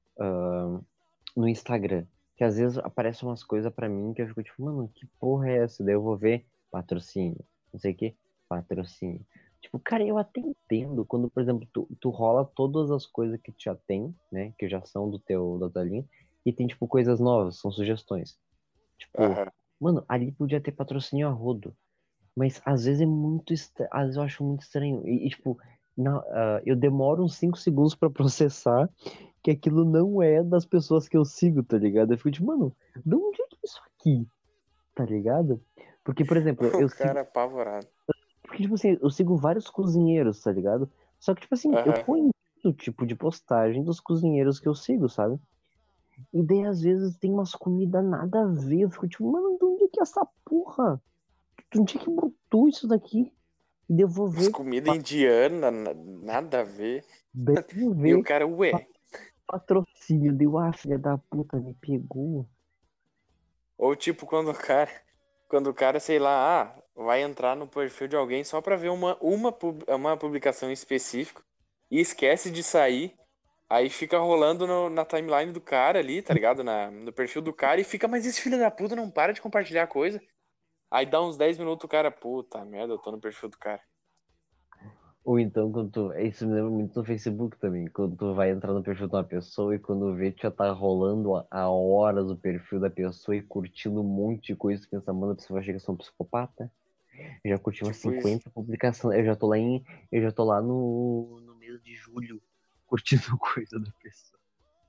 No Instagram. Que às vezes aparecem umas coisas pra mim que eu fico tipo, mano, que porra é essa? Daí eu vou ver patrocínio, não sei o que, patrocínio. Tipo, cara, eu até entendo quando, por exemplo, tu rola todas as coisas que tu já tem, né? Que já são da tua linha, e tem, tipo, coisas novas, são sugestões. Tipo, Aham. mano, ali podia ter patrocínio a rodo. Mas às vezes é muito estranho, às vezes eu acho muito estranho. Tipo, eu demoro uns 5 segundos pra processar que aquilo não é das pessoas que eu sigo, tá ligado? Eu fico tipo, mano, de onde é que é isso aqui? Tá ligado? Porque, por exemplo, O cara apavorado. Porque, tipo assim, eu sigo vários cozinheiros, tá ligado? Só que, tipo assim, eu Aham. conheço o tipo de postagem dos cozinheiros que eu sigo, sabe? E daí, às vezes, tem umas comidas nada a ver. Eu fico tipo, mano, de onde que é essa porra? De onde é que botou isso daqui? E daí eu vou As ver, comidas indianas, nada a ver. daí eu vou E o ver cara, ué. patrocínio. Deu, filha da puta, me pegou. Ou tipo, quando o cara, sei lá, vai entrar no perfil de alguém só pra ver uma publicação em específico e esquece de sair, aí fica rolando na timeline do cara ali, tá ligado? No perfil do cara e fica, mas esse filho da puta não para de compartilhar coisa. Aí dá uns 10 minutos o cara, puta merda, eu tô no perfil do cara. Ou então, isso me lembra muito no Facebook também. Quando tu vai entrar no perfil de uma pessoa e quando vê que já tá rolando há horas o perfil da pessoa e curtindo um monte de coisa, tu pensa, mano, a pessoa vai chegar a ser um psicopata. Eu já curti umas Tipo isso. 50 publicações. Eu já tô lá no mês de julho curtindo coisa da pessoa.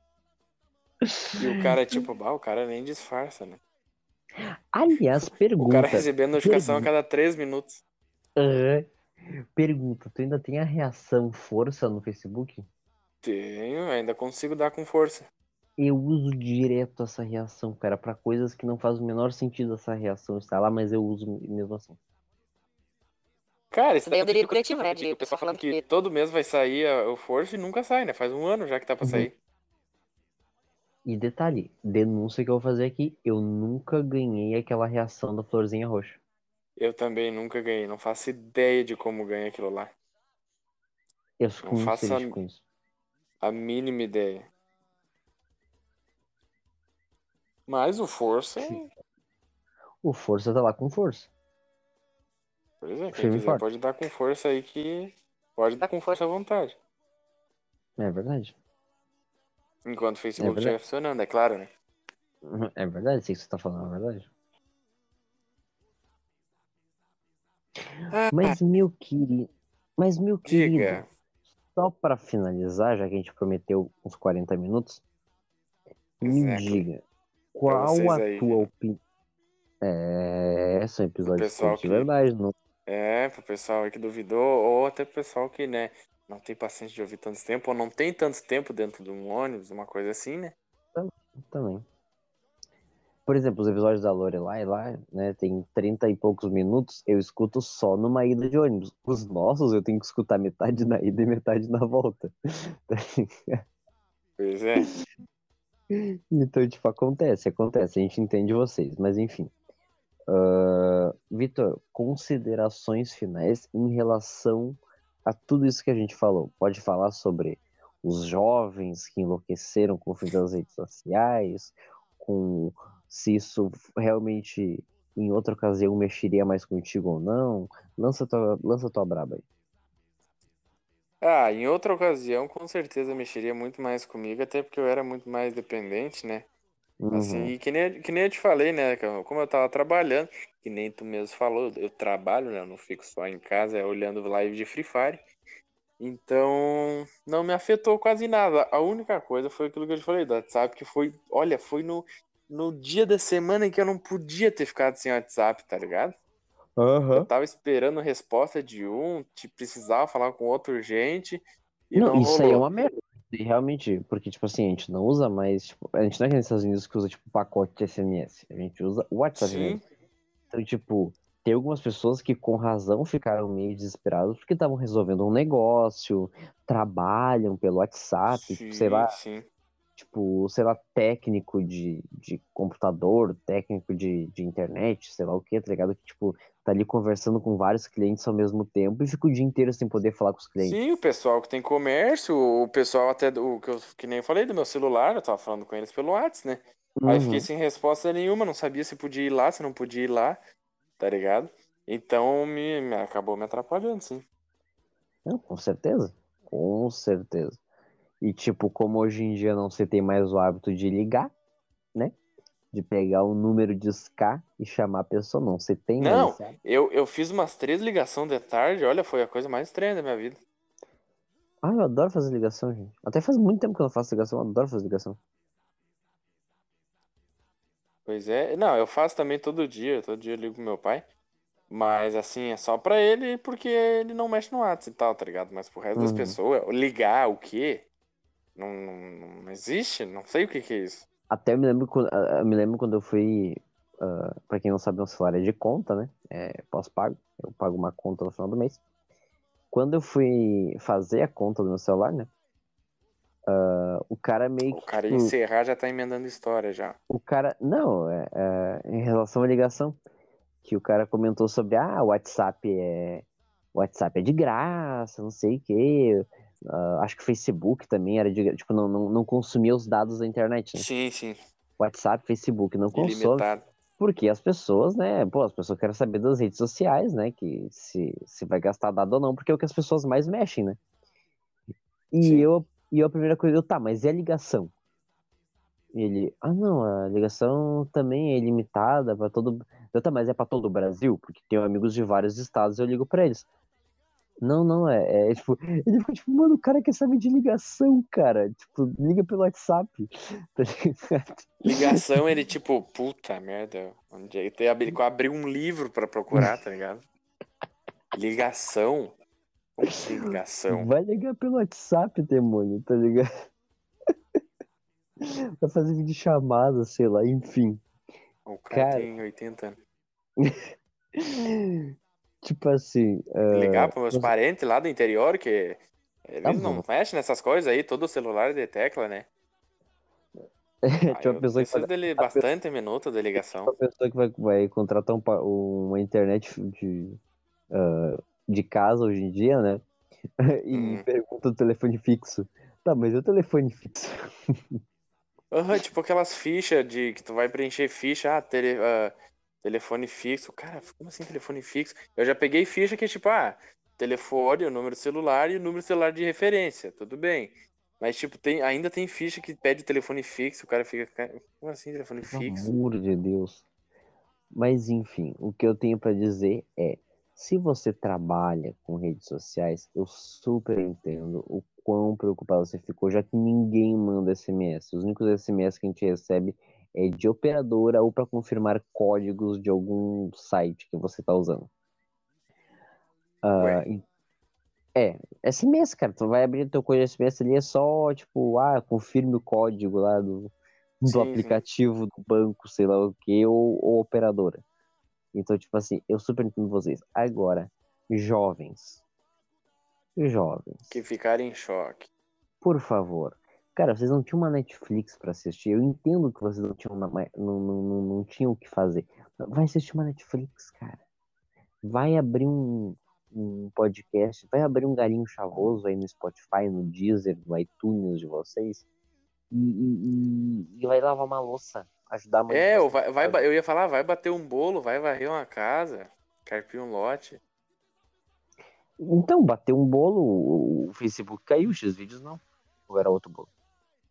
E o cara, tipo, o cara nem disfarça, né? Aliás, O cara pergunta. recebendo notificação a cada 3 minutos. Aham. Pergunta, tu ainda tem a reação força no Facebook? Tenho, ainda consigo dar com força. Eu uso direto essa reação, cara, pra coisas que não faz o menor sentido essa reação estar lá, mas eu uso mesmo assim. Cara, isso daí é um delírio coletivo, né? De o pessoal falando que todo mês vai sair o Force e nunca sai, né? Faz um ano já que tá pra Uhum. sair. E detalhe, denúncia que eu vou fazer aqui, eu nunca ganhei aquela reação da florzinha roxa. Eu também nunca ganhei, não faço ideia de como ganha aquilo lá. Eu fico Não muito faço triste com isso. a mínima ideia. Mas o Força, O força tá lá com força. pois é, quem Firme e quiser forte. pode dar com força aí que pode dar com força à vontade. É verdade. Enquanto o É Facebook estiver verdade. funcionando, é claro, né? É verdade, sei que você tá falando, é verdade. Ah, Mas meu querido, diga. só pra finalizar, já que a gente prometeu uns 40 minutos, me Exactly. diga, Pra qual vocês a aí, tua viu? opinião? São Pro episódios pessoal curtos de que. verdade, não? Pro pessoal aí que duvidou, ou até pro pessoal que, né, não tem paciência de ouvir tanto tempo, ou não tem tanto tempo dentro de um ônibus, uma coisa assim, né? Também. Por exemplo, os episódios da Lorelai lá, né, tem 30 e poucos minutos, eu escuto só numa ida de ônibus. Os nossos eu tenho que escutar metade na ida e metade na volta. Pois é. Então, tipo, acontece, a gente entende vocês, mas enfim. Vitor, considerações finais em relação a tudo isso que a gente falou. Pode falar sobre os jovens que enlouqueceram com o fim das redes sociais, com se isso realmente em outra ocasião mexeria mais contigo ou não. Lança tua braba aí. Em outra ocasião, com certeza mexeria muito mais comigo, até porque eu era muito mais dependente, né? Assim, Uhum. e que nem eu te falei, né? Como eu tava trabalhando, que nem tu mesmo falou, eu trabalho, né? Eu não fico só em casa, olhando live de Free Fire. Então, não me afetou quase nada. A única coisa foi aquilo que eu te falei do WhatsApp, que foi, olha, foi no dia da semana em que eu não podia ter ficado sem WhatsApp, tá ligado? Eu Aham. tava esperando resposta de precisava falar com outro urgente e Não, não isso aí é uma rolou. merda. E realmente, porque, tipo assim, a gente não usa mais, tipo, a gente não é que nem nos Estados Unidos que usa, tipo, pacote de SMS. A gente usa o WhatsApp mesmo. Sim, Então, tipo, tem algumas pessoas que com razão ficaram meio desesperadas porque estavam resolvendo um negócio, trabalham pelo WhatsApp, tipo, sim, sim. sei lá, técnico de computador, técnico de internet, sei lá o que, tá ligado? Que, tipo, tá ali conversando com vários clientes ao mesmo tempo e fica o dia inteiro sem poder falar com os clientes. Sim, o pessoal que tem comércio, o pessoal até do que nem eu falei do meu celular, eu tava falando com eles pelo WhatsApp, né? Aí fiquei Uhum. sem resposta nenhuma, não sabia se podia ir lá, se não podia ir lá, tá ligado? Então acabou me atrapalhando, sim. Não, com certeza. Com certeza. E, tipo, como hoje em dia não se tem mais o hábito de ligar, né? De pegar o número de SK e chamar a pessoa, não. Você tem mais Não, esse hábito. eu fiz umas 3 ligações de tarde, olha, foi a coisa mais estranha da minha vida. Ah, eu adoro fazer ligação, gente. Até faz muito tempo que eu não faço ligação, eu adoro fazer ligação. Pois é, não, eu faço também todo dia eu ligo pro meu pai. Mas assim, é só pra ele porque ele não mexe no WhatsApp e tal, tá ligado? Mas pro resto das Uhum. pessoas, ligar o quê? Não existe, não sei o que que é isso. Até eu me lembro quando eu fui. Pra quem não sabe, meu celular é de conta, né? É pós-pago. Eu pago uma conta no final do mês. Quando eu fui fazer a conta do meu celular, né? O cara meio O que, cara ia tipo. encerrar já tá emendando história já. O cara. Não, em relação à ligação. Que o cara comentou sobre, o WhatsApp é de graça, não sei o quê. Acho que o Facebook também era de graça, tipo, não consumia os dados da internet, né? Sim, sim. WhatsApp, Facebook não consome, Ilimitado. porque as pessoas, né, pô, as pessoas querem saber das redes sociais, né, que se vai gastar dado ou não, porque é o que as pessoas mais mexem, né? E Sim. eu, e eu a primeira coisa, tá, mas e a ligação? E ele, não, a ligação também é ilimitada para todo. Tá, mas é para todo o Brasil? Porque tenho amigos de vários estados e eu ligo para eles. Não, não, tipo, ele ficou tipo, mano, o cara quer saber de ligação, cara. Tipo, liga pelo WhatsApp. Tá ligado? Ligação, ele tipo, puta merda. Onde é que abriu um livro pra procurar, tá ligado? Ligação? Como assim ligação? Vai ligar pelo WhatsApp, demônio, tá ligado? Vai fazer vídeo chamada, sei lá, enfim. O cara Cara, tem 80 anos. tipo assim, Ligar pros meus parentes lá do interior, que ah, eles não mexem nessas coisas aí, todo celular de tecla, né? Aí tinha uma eu pessoa que preciso dele bastante minutos de ligação. uma pessoa que vai contratar uma internet de casa hoje em dia, né? E Hum. pergunta o telefone fixo. Tá, mas e o telefone fixo? Aham, tipo aquelas fichas de que tu vai preencher ficha, telefone fixo. Cara, como assim telefone fixo? Eu já peguei ficha que é tipo, telefone, o número celular e o número celular de referência, tudo bem. Mas tipo, ainda tem ficha que pede o telefone fixo, o cara fica, como assim telefone Pelo fixo? amor de Deus. Mas enfim, o que eu tenho pra dizer é, se você trabalha com redes sociais, eu super entendo o quão preocupado você ficou, já que ninguém manda SMS. Os únicos SMS que a gente recebe é de operadora ou para confirmar códigos de algum site que você está usando. Ué, SMS, cara, tu vai abrir teu código SMS ali, é só, tipo, confirme o código lá do sim, sim. aplicativo do banco, sei lá o que, ou operadora. Então, tipo assim, eu super entendo vocês. Agora, jovens, Que jovens, ficaram em choque. por favor. Cara, vocês não tinham uma Netflix pra assistir. Eu entendo que vocês não tinham, não tinham o que fazer. Vai assistir uma Netflix, cara. Vai abrir um podcast, vai abrir um galinho chavoso aí no Spotify, no Deezer, no iTunes de vocês. E vai lavar uma louça. Ajudar a mãe de É, vocês em casa. eu ia falar, vai bater um bolo, vai varrer uma casa, carpir um lote. Então, bateu um bolo, o Facebook caiu, o Xvideos não. Ou era outro bolo?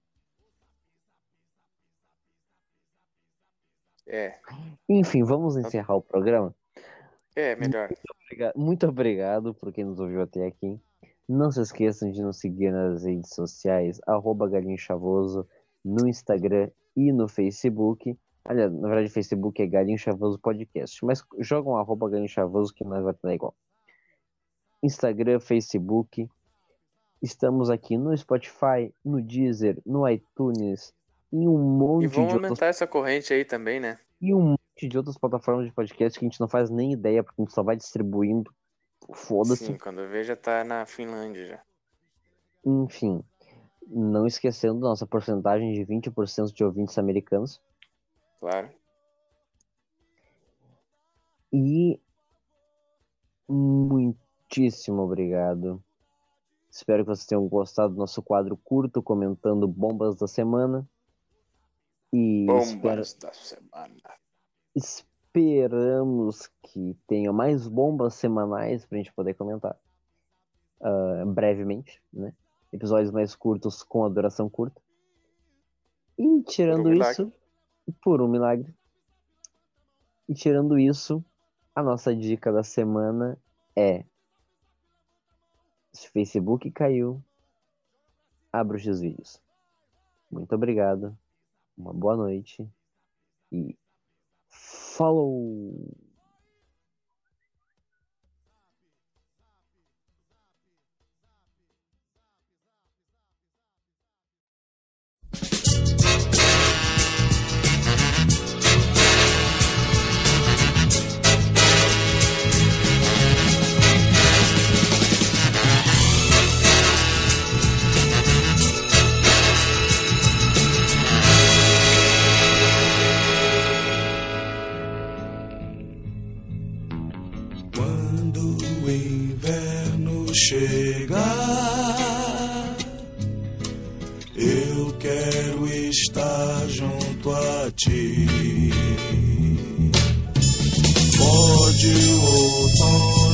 É, Enfim, vamos encerrar o programa. melhor. Muito obrigado por quem nos ouviu até aqui. Não se esqueçam de nos seguir nas redes sociais, Galinho Chavoso, no Instagram e no Facebook. Aliás, na verdade, o Facebook é Galinho Chavoso Podcast, mas jogam Galinho Chavoso que nós vai estar igual. Instagram, Facebook. Estamos aqui no Spotify, no Deezer, no iTunes e um E monte vamos de outras aumentar essa corrente aí também, né? e um monte de outras plataformas de podcast que a gente não faz nem ideia, porque a gente só vai distribuindo. Foda-se. Sim, quando eu ver já tá na Finlândia já. Enfim, não esquecendo nossa porcentagem de 20% de ouvintes americanos. Claro. E muitíssimo obrigado. Espero que vocês tenham gostado do nosso quadro curto comentando bombas da semana. E Bombas da semana. esperamos que tenha mais bombas semanais pra gente poder comentar brevemente, né? Episódios mais curtos com a duração curta. E Por um tirando milagre. isso, por um milagre. E tirando isso, a nossa dica da semana é: se o Facebook caiu, abra os Xvideos. Muito obrigado, uma boa noite e falou! noite. Pode voltar.